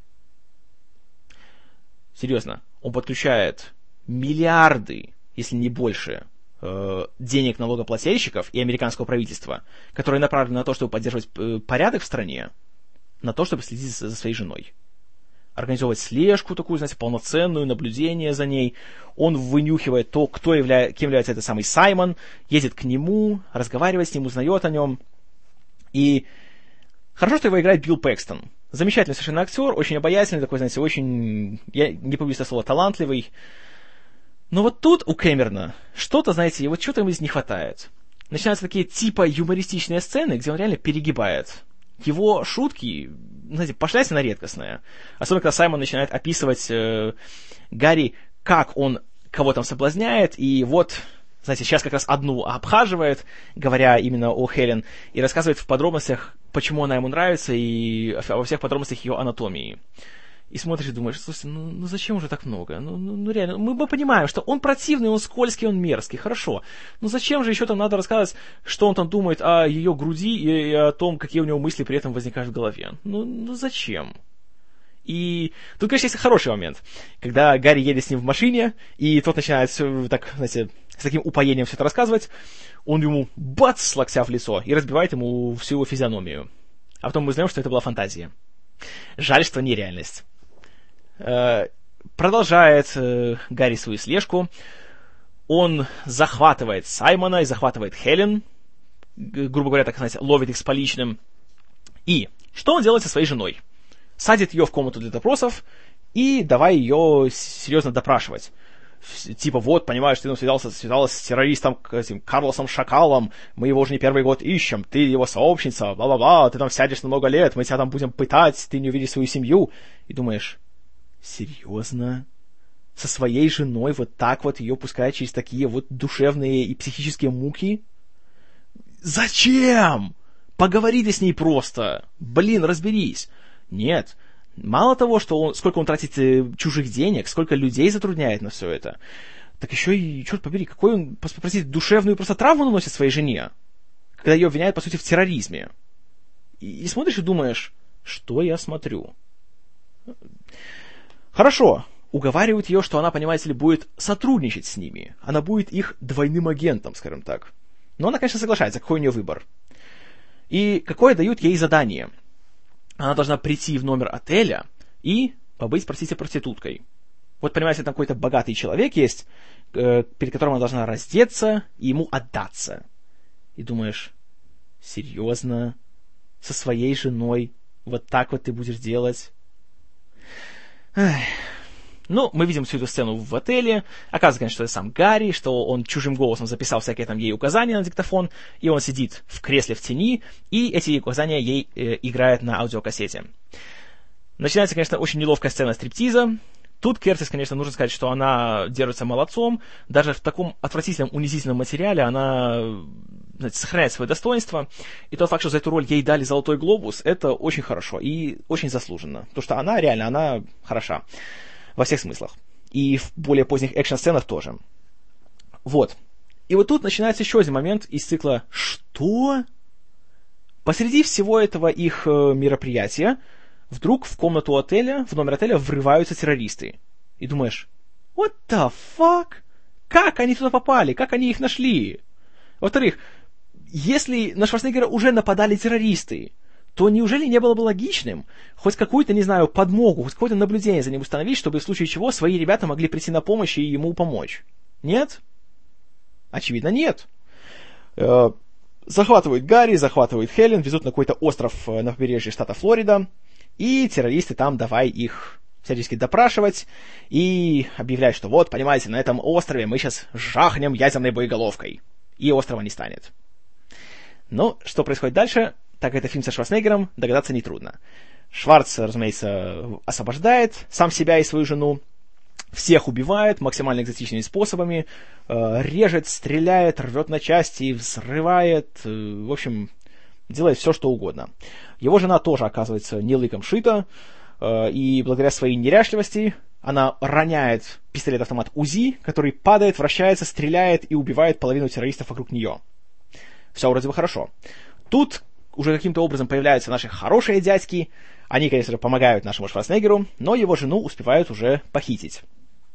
Серьезно, он подключает миллиарды, если не больше, денег налогоплательщиков и американского правительства, которые направлены на то, чтобы поддерживать порядок в стране, на то, чтобы следить за своей женой. Организовывать слежку такую, знаете, полноценную, наблюдение за ней. Он вынюхивает то, кем является этот самый Саймон, ездит к нему, разговаривает с ним, узнает о нем. И хорошо, что его играет Билл Пэкстон. Замечательный совершенно актер, очень обаятельный, такой, знаете, очень, я не побоюсь этого слова, талантливый. Но вот тут у Кэмерона что-то, знаете, вот что-то ему здесь не хватает. Начинаются такие типа юмористичные сцены, где он реально перегибает. Его шутки, знаете, пошлятина редкостная. Особенно, когда Саймон начинает описывать Гарри, как он кого там соблазняет, и вот знаете, сейчас как раз одну обхаживает, говоря именно о Хелен, и рассказывает в подробностях, почему она ему нравится, и во всех подробностях ее анатомии. И смотришь и думаешь, слушай, ну зачем уже так много? Ну реально, мы понимаем, что он противный, он скользкий, он мерзкий, хорошо. Ну зачем же еще там надо рассказывать, что он там думает о ее груди и о том, какие у него мысли при этом возникают в голове? Ну зачем? И тут, конечно, есть хороший момент, когда Гарри едет с ним в машине, и тот начинает все так, знаете, с таким упоением все это рассказывать, он ему бац с локтя в лицо и разбивает ему всю его физиономию. А потом мы узнаем, что это была фантазия. Жаль, что не реальность. Продолжает Гарри свою слежку. Он захватывает Саймона и захватывает Хелен, грубо говоря, так знаете, ловит их с поличным. И что он делает со своей женой? Садит ее в комнату для допросов и давай ее серьезно допрашивать. Типа, вот, понимаешь, ты связалась с террористом, этим Карлосом Шакалом, мы его уже не первый год ищем, ты его сообщница, бла-бла-бла, ты там сядешь на много лет, мы тебя там будем пытать, ты не увидишь свою семью. И думаешь, серьезно? Со своей женой вот так вот ее пускают через такие вот душевные и психические муки? Зачем? Поговори ты с ней просто. Блин, разберись. Нет. Мало того, что сколько он тратит чужих денег, сколько людей затрудняет на все это, так еще и, черт побери, какой он, простите, душевную просто травму наносит своей жене, когда ее обвиняют, по сути, в терроризме. И смотришь и думаешь, что я смотрю? Хорошо, уговаривают ее, что она, понимаете ли, будет сотрудничать с ними. Она будет их двойным агентом, скажем так. Но она, конечно, соглашается, какой у нее выбор. И какое дают ей задание? Она должна прийти в номер отеля и побыть, простите, проституткой. Вот, понимаете, там какой-то богатый человек есть, перед которым она должна раздеться и ему отдаться. И думаешь, серьезно? Со своей женой вот так вот ты будешь делать? Эх. Ну, мы видим всю эту сцену в отеле. Оказывается, конечно, что это сам Гарри, что он чужим голосом записал всякие там ей указания на диктофон, и он сидит в кресле в тени, и эти указания ей играет на аудиокассете. Начинается, конечно, очень неловкая сцена стриптиза. Тут Кертис, конечно, нужно сказать, что она держится молодцом. Даже в таком отвратительном, унизительном материале она, знаете, сохраняет свое достоинство. И тот факт, что за эту роль ей дали «Золотой глобус», это очень хорошо и очень заслуженно. Потому что она реально, она хороша. Во всех смыслах. И в более поздних экшн-сценах тоже. Вот. И вот тут начинается еще один момент из цикла «Что?». Посреди всего этого их мероприятия вдруг в комнату отеля, в номер отеля врываются террористы. И думаешь, what the fuck? Как они туда попали? Как они их нашли? Во-вторых, если на Шварценеггера уже нападали террористы, то неужели не было бы логичным хоть какую-то, не знаю, подмогу, хоть какое-то наблюдение за ним установить, чтобы в случае чего свои ребята могли прийти на помощь и ему помочь? Нет? Очевидно, нет. Захватывают Гарри, захватывают Хелен, везут на какой-то остров на побережье штата Флорида, и террористы там давай их всячески допрашивать и объявляют, что вот, понимаете, на этом острове мы сейчас жахнем ядерной боеголовкой, и острова не станет. Но что происходит дальше? Так это фильм со Шварценеггером, догадаться нетрудно. Шварц, разумеется, освобождает сам себя и свою жену, всех убивает максимально экзотичными способами, режет, стреляет, рвет на части, взрывает, в общем, делает все, что угодно. Его жена тоже оказывается не лыком шита, и благодаря своей неряшливости она роняет пистолет-автомат УЗИ, который падает, вращается, стреляет и убивает половину террористов вокруг нее. Все вроде бы хорошо. Тут уже каким-то образом появляются наши хорошие дядьки. Они, конечно же, помогают нашему Шварценеггеру, но его жену успевают уже похитить.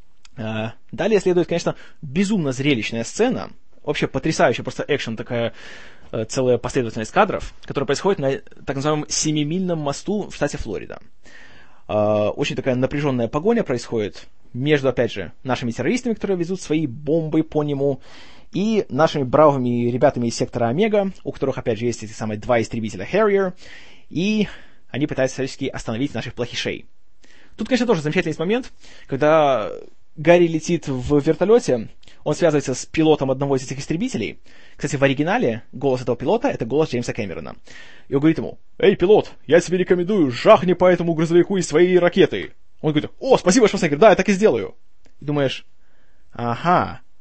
Далее следует, конечно, безумно зрелищная сцена. Вообще потрясающая, просто экшен, такая целая последовательность кадров, которая происходит на так называемом 7-мильном мосту в штате Флорида. Очень такая напряженная погоня происходит между, опять же, нашими террористами, которые везут свои бомбы по нему, и нашими бравыми ребятами из сектора Омега, у которых, опять же, есть эти самые 2 истребителя Harrier, и они пытаются всячески остановить наших плохишей. Тут, конечно, тоже замечательный есть момент, когда Гарри летит в вертолете, он связывается с пилотом одного из этих истребителей. Кстати, в оригинале голос этого пилота — это голос Джеймса Кэмерона. И он говорит ему: «Эй, пилот, я тебе рекомендую, жахни по этому грузовику из своей ракеты». Он говорит: «О, спасибо, Шварценеггер, да, я так и сделаю». И думаешь, ага,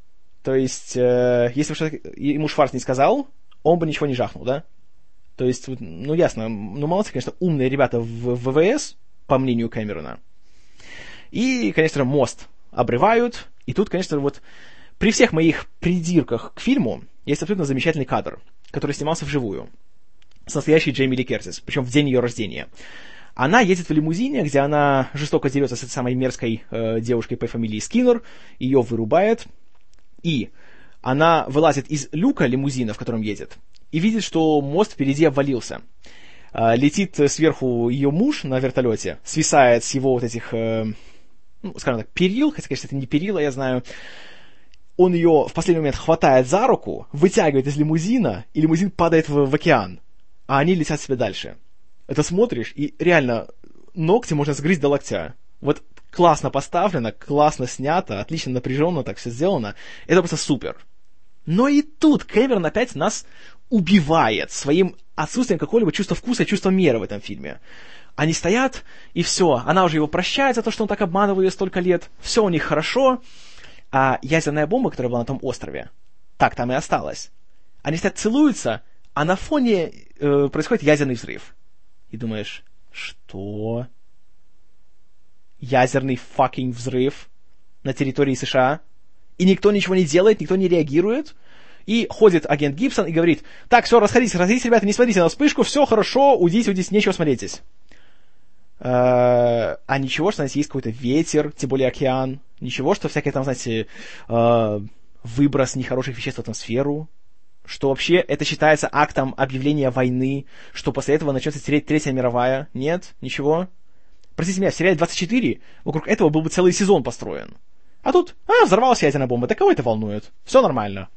То есть, если бы что-то ему Шварц не сказал, он бы ничего не жахнул, да? То есть, ну, ясно, ну, молодцы, конечно, умные ребята в ВВС, по мнению Кэмерона. И, конечно, мост обрывают, и тут, конечно, вот при всех моих придирках к фильму есть абсолютно замечательный кадр, который снимался вживую, с настоящей Джейми Ли Кертис, причем в день ее рождения. Она едет в лимузине, где она жестоко дерется с этой самой мерзкой девушкой по фамилии Скиннер, ее вырубает, и она вылазит из люка лимузина, в котором едет, и видит, что мост впереди обвалился. Летит сверху ее муж на вертолете, свисает с его вот этих, скажем так, перил, хотя, конечно, это не перила, я знаю. Он ее в последний момент хватает за руку, вытягивает из лимузина, и лимузин падает в океан, а они летят себе дальше. Это смотришь, и реально ногти можно сгрызть до локтя. Вот классно поставлено, классно снято, отлично напряженно так все сделано. Это просто супер. Но и тут Кэмерон опять нас убивает своим отсутствием какого-либо чувства вкуса и чувства меры в этом фильме. Они стоят, и все, она уже его прощает за то, что он так обманывал ее столько лет, все у них хорошо, а ядерная бомба, которая была на том острове, так там и осталась. Они стоят, целуются, а на фоне происходит ядерный взрыв. И думаешь, что? Ядерный fucking взрыв на территории США? И никто ничего не делает, никто не реагирует? И ходит агент Гибсон и говорит: так, все, расходитесь, ребята, не смотрите на вспышку, все хорошо, уйдите, нечего смотреть здесь. А ничего, что, знаете, есть какой-то ветер, тем более океан, ничего, что всякие там, знаете, выброс нехороших веществ в атмосферу, что вообще это считается актом объявления войны, что после этого начнется Третья мировая. Нет, ничего. Простите меня, в сериале 24 вокруг этого был бы целый сезон построен. А тут, взорвалась ядерная бомба, да кого это волнует? Все нормально.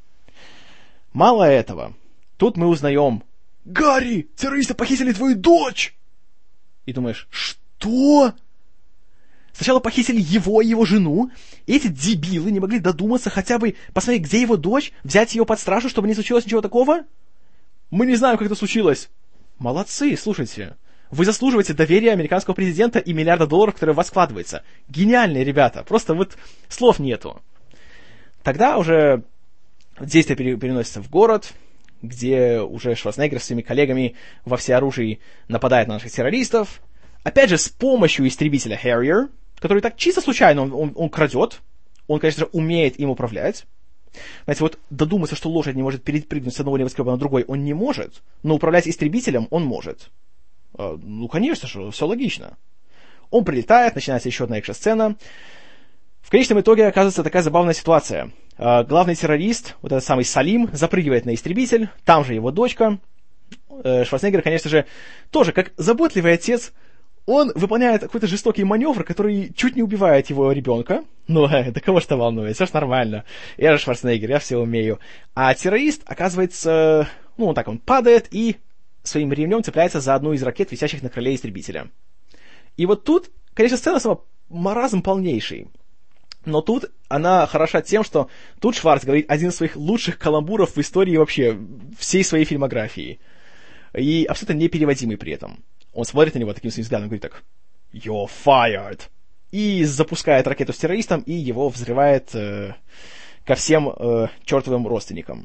Мало этого. Тут мы узнаем: Гарри, террористы похитили твою дочь! И думаешь, что? Сначала похитили его и его жену, и эти дебилы не могли додуматься хотя бы посмотреть, где его дочь, взять ее под стражу, чтобы не случилось ничего такого? Мы не знаем, как это случилось. Молодцы, слушайте. Вы заслуживаете доверия американского президента и $1 миллиард, который в вас вкладывается. Гениальные ребята, просто вот слов нету. Тогда уже действие переносится в город, где уже Шварценеггер с своими коллегами во всеоружии нападает на наших террористов. Опять же, с помощью истребителя Harrier, который так чисто случайно он крадет. Он, конечно же, умеет им управлять. Знаете, вот додуматься, что лошадь не может перепрыгнуть с одного небоскреба на другой, он не может. Но управлять истребителем он может. Ну, конечно же, все логично. Он прилетает, начинается еще одна экшн-сцена. В конечном итоге оказывается такая забавная ситуация. Главный террорист, вот этот самый Салим, запрыгивает на истребитель, там же его дочка. Шварценеггер, конечно же, тоже, как заботливый отец, он выполняет какой-то жестокий маневр, который чуть не убивает его ребенка. Ну, да кого ж это волнует, все ж нормально. Я же Шварценеггер, я все умею. А террорист, оказывается, он падает и своим ремнем цепляется за одну из ракет, висящих на крыле истребителя. И вот тут, конечно, сцена сама маразм полнейший. Но тут она хороша тем, что тут Шварц говорит один из своих лучших каламбуров в истории вообще всей своей фильмографии. И абсолютно непереводимый при этом. Он смотрит на него таким своим взглядом и говорит так: «You're fired!» И запускает ракету с террористом, и его взрывает ко всем чертовым родственникам.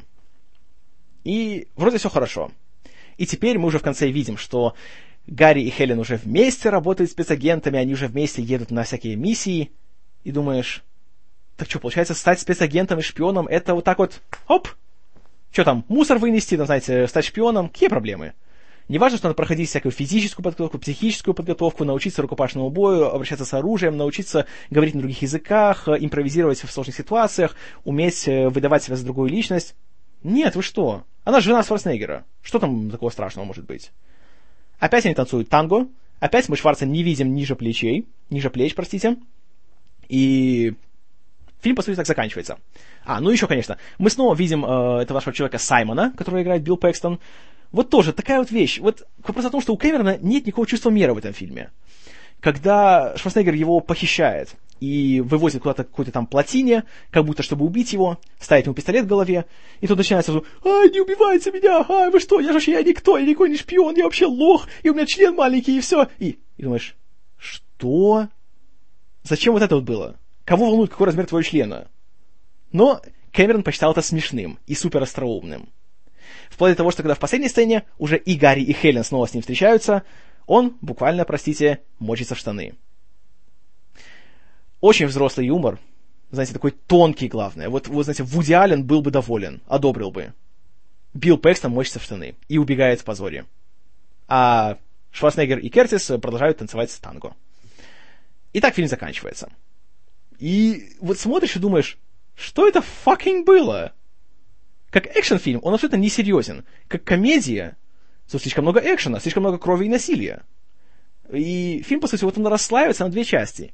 И вроде все хорошо. И теперь мы уже в конце видим, что Гарри и Хелен уже вместе работают спецагентами, они уже вместе едут на всякие миссии. И думаешь, так что, получается, стать спецагентом и шпионом, это вот так вот, оп, что там, мусор вынести, там, знаете, стать шпионом, какие проблемы? Не важно, что надо проходить всякую физическую подготовку, психическую подготовку, научиться рукопашному бою, обращаться с оружием, научиться говорить на других языках, импровизировать в сложных ситуациях, уметь выдавать себя за другую личность. Нет, вы что? Она жена Шварценеггера. Что там такого страшного может быть? Опять они танцуют танго. Опять мы Шварца не видим ниже плеч, И фильм, по сути, так заканчивается. Ну еще, конечно, мы снова видим этого вашего человека Саймона, которого играет Билл Пэкстон. Вот тоже такая вот вещь. Вот вопрос о том, что у Кэмерона нет никакого чувства меры в этом фильме. Когда Шварценеггер его похищает и вывозит куда-то к какой-то там плотине, как будто чтобы убить его, ставит ему пистолет в голове, и тут начинается сразу: не убивайте меня, вы что, я никто, я никакой не шпион, я вообще лох, и у меня член маленький, и все. И думаешь, что? Зачем вот это вот было? Кого волнует, какой размер твоего члена? Но Кэмерон посчитал это смешным и супер остроумным. Вплоть до того, что когда в последней сцене уже и Гарри, и Хелен снова с ним встречаются, он буквально, простите, мочится в штаны. Очень взрослый юмор, знаете, такой тонкий, главное. Вот знаете, Вуди Аллен был бы доволен, одобрил бы. Билл Пэкстон мочится в штаны и убегает в позоре. А Шварценеггер и Кертис продолжают танцевать танго. И так фильм заканчивается. И вот смотришь и думаешь, что это fucking было? Как экшн-фильм он абсолютно несерьезен. Как комедия, тут слишком много экшена, слишком много крови и насилия. И фильм, по сути, вот он расслаивается на две части.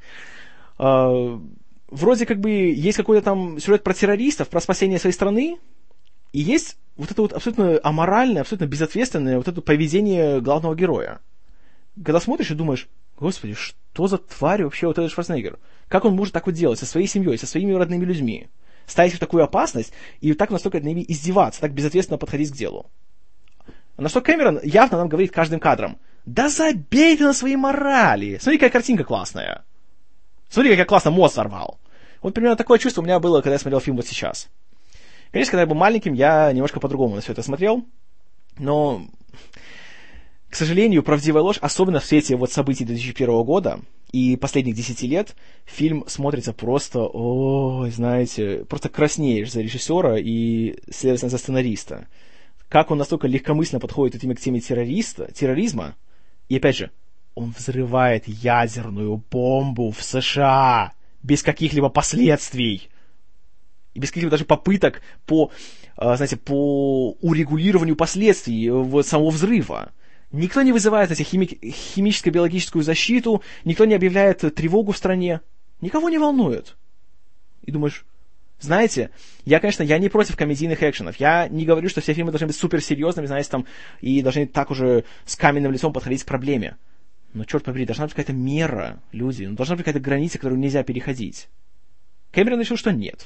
Вроде как бы есть какой-то там сюжет про террористов, про спасение своей страны, и есть вот это вот абсолютно аморальное, абсолютно безответственное вот это поведение главного героя. Когда смотришь и думаешь, господи, что за тварь вообще вот этот Шварценеггер? Как он может так вот делать со своей семьей, со своими родными людьми? Ставить в такую опасность и так настолько над ними издеваться, так безответственно подходить к делу. На что Кэмерон явно нам говорит каждым кадром, да забей ты на свои морали, смотри, какая картинка классная. Смотри, как я классно мозг сорвал. Вот примерно такое чувство у меня было, когда я смотрел фильм вот сейчас. Конечно, когда я был маленьким, я немножко по-другому на все это смотрел, но, к сожалению, «Правдивая ложь», особенно в свете вот событий 2001 года и последних 10 лет, фильм смотрится просто, знаете, просто краснеешь за режиссера и, следовательно, за сценариста. Как он настолько легкомысленно подходит именно к теме терроризма, и, опять же, он взрывает ядерную бомбу в США без каких-либо последствий. И без каких-либо даже попыток по урегулированию последствий самого взрыва. Никто не вызывает, химическо-биологическую защиту, никто не объявляет тревогу в стране. Никого не волнует. И думаешь, знаете, я не против комедийных экшенов. Я не говорю, что все фильмы должны быть суперсерьезными, и должны так уже с каменным лицом подходить к проблеме. Но, черт побери, должна быть какая-то мера, люди. Должна быть какая-то граница, которую нельзя переходить. Кэмерон решил, что нет.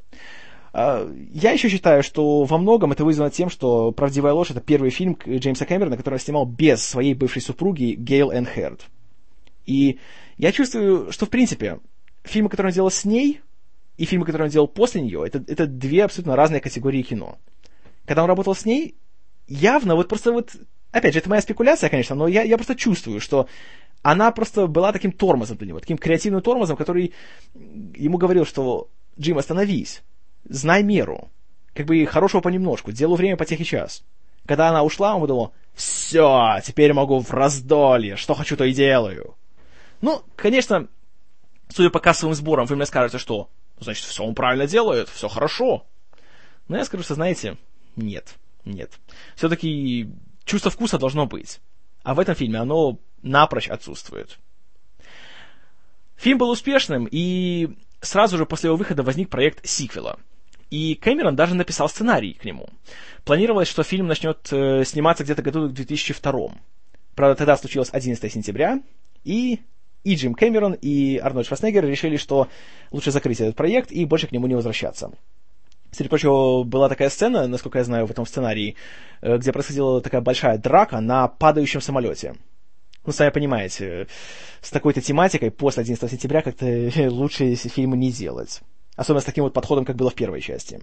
Я еще считаю, что во многом это вызвано тем, что «Правдивая ложь» — это первый фильм Джеймса Кэмерона, который он снимал без своей бывшей супруги Гейл Энн Хэрд. И я чувствую, что, в принципе, фильмы, которые он делал с ней, и фильмы, которые он делал после нее, это две абсолютно разные категории кино. Когда он работал с ней, явно, опять же, это моя спекуляция, конечно, но я просто чувствую, что она просто была таким тормозом для него, таким креативным тормозом, который ему говорил, что «Джим, остановись, знай меру, как бы хорошего понемножку, делу время потехи час». Когда она ушла, он подумал, все, теперь могу в раздолье, что хочу, то и делаю. Ну, конечно, судя по кассовым сборам, вы мне скажете, что, значит, все он правильно делает, все хорошо. Но я скажу, что, знаете, нет. Все-таки чувство вкуса должно быть. А в этом фильме оно напрочь отсутствует. Фильм был успешным, и сразу же после его выхода возник проект сиквела. И Кэмерон даже написал сценарий к нему. Планировалось, что фильм начнет сниматься где-то году в 2002. Правда, тогда случилось 11 сентября, и Джим Кэмерон, и Арнольд Шварценеггер решили, что лучше закрыть этот проект и больше к нему не возвращаться. Среди прочего, была такая сцена, насколько я знаю, в этом сценарии, где происходила такая большая драка на падающем самолете. Ну, сами понимаете, с такой-то тематикой после 11 сентября как-то лучше фильмы не делать. Особенно с таким вот подходом, как было в первой части.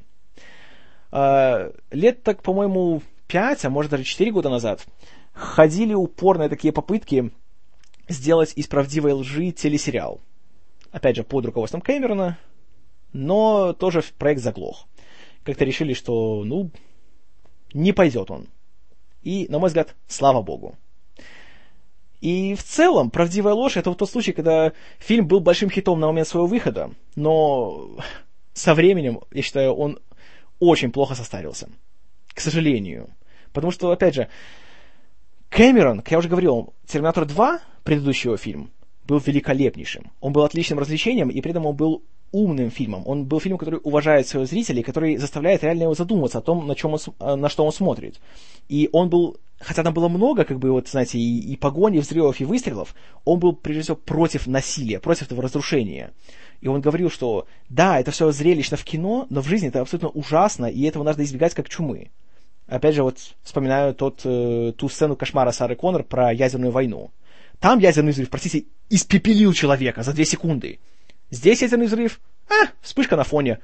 Лет так, по-моему, 5, а может даже 4 года назад ходили упорные такие попытки сделать из «Правдивой лжи» телесериал. Опять же, под руководством Кэмерона, но тоже проект заглох. Как-то решили, что, не пойдет он. И, на мой взгляд, слава богу. И в целом, «Правдивая ложь» — это вот тот случай, когда фильм был большим хитом на момент своего выхода, но со временем, я считаю, он очень плохо состарился. К сожалению. Потому что, опять же, Кэмерон, как я уже говорил, «Терминатор 2», предыдущий его фильм, был великолепнейшим. Он был отличным развлечением, и при этом он был умным фильмом. Он был фильмом, который уважает своих зрителей, который заставляет реально его задуматься о том, на что он смотрит. И он был, хотя там было много, и погони, взрывов, и выстрелов, он был, прежде всего, против насилия, против этого разрушения. И он говорил, что да, это все зрелищно в кино, но в жизни это абсолютно ужасно, и этого надо избегать как чумы. Опять же, вспоминаю ту сцену кошмара Сары Коннор про ядерную войну. Там ядерный взрыв, испепелил человека за 2 секунды. Здесь ядерный взрыв, вспышка на фоне.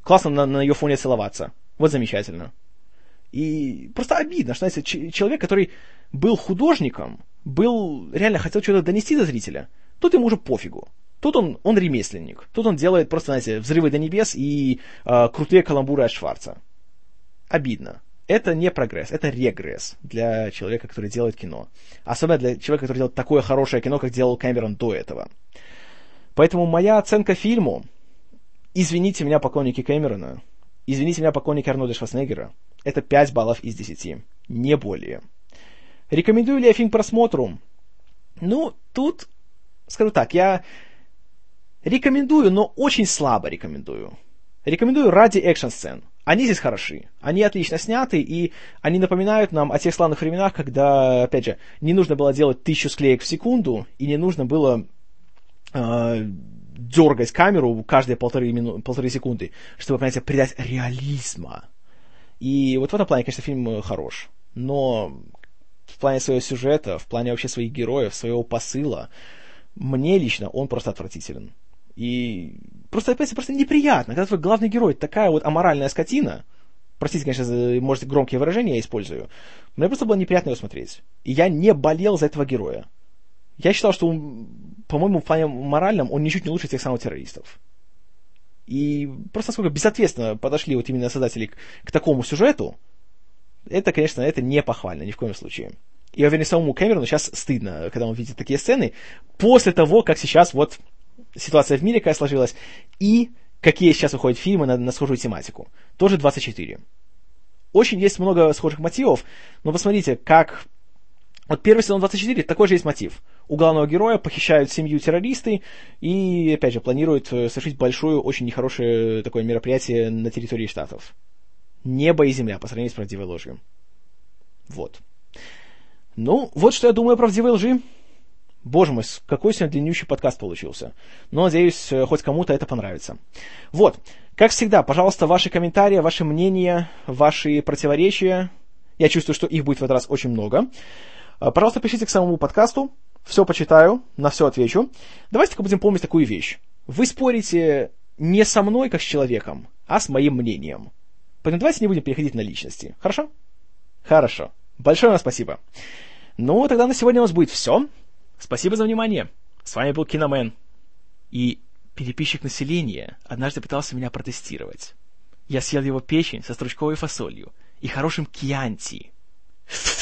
Классно на ее фоне целоваться. Вот замечательно. И просто обидно, что, знаете, человек, который был художником, реально хотел что-то донести до зрителя, тут ему уже пофигу. Тут он ремесленник. Тут он делает просто, знаете, взрывы до небес и крутые каламбуры от Шварца. Обидно. Это не прогресс, это регресс для человека, который делает кино. Особенно для человека, который делает такое хорошее кино, как делал Кэмерон до этого. Поэтому моя оценка фильму, извините меня, поклонники Кэмерона, извините меня, поклонники Арнольда Шварценеггера, это 5 баллов из 10, не более. Рекомендую ли я фильм к просмотру? Ну, тут, скажу так, я рекомендую, но очень слабо рекомендую. Рекомендую ради экшн-сцен. Они здесь хороши. Они отлично сняты, и они напоминают нам о тех славных временах, когда, опять же, не нужно было делать 1000 склеек в секунду, и не нужно было дергать камеру каждые полторы секунды, чтобы, понимаете, придать реализма. И вот в этом плане, конечно, фильм хорош. Но в плане своего сюжета, в плане вообще своих героев, своего посыла, мне лично он просто отвратителен. И просто неприятно, когда твой главный герой такая вот аморальная скотина, простите, конечно, может, громкие выражения я использую, мне просто было неприятно его смотреть. И я не болел за этого героя. Я считал, что, по-моему, в плане моральном он ничуть не лучше тех самых террористов. И просто насколько безответственно подошли вот именно создатели к такому сюжету, это, конечно, это не похвально, ни в коем случае. И, я уверен, самому Кэмерону сейчас стыдно, когда он видит такие сцены, после того, как сейчас вот ситуация в мире какая сложилась, и какие сейчас выходят фильмы на схожую тематику. Тоже 24. Очень есть много схожих мотивов, но посмотрите, как... Вот первый сезон 24, такой же есть мотив. У главного героя похищают семью террористы и, опять же, планируют совершить большое, очень нехорошее такое мероприятие на территории Штатов. Небо и земля по сравнению с правдивой ложью. Вот. Ну, вот что я думаю о правдивой лжи. Боже мой, какой сегодня длиннющий подкаст получился. Но, надеюсь, хоть кому-то это понравится. Вот. Как всегда, пожалуйста, ваши комментарии, ваши мнения, ваши противоречия. Я чувствую, что их будет в этот раз очень много. Пожалуйста, пишите к самому подкасту. Все почитаю, на все отвечу. Давайте-ка будем помнить такую вещь. Вы спорите не со мной, как с человеком, а с моим мнением. Поэтому давайте не будем переходить на личности. Хорошо? Хорошо. Большое вам спасибо. Ну, тогда на сегодня у нас будет все. Спасибо за внимание. С вами был Киномен. И переписчик населения однажды пытался меня протестировать. Я съел его печень со стручковой фасолью и хорошим кьянти.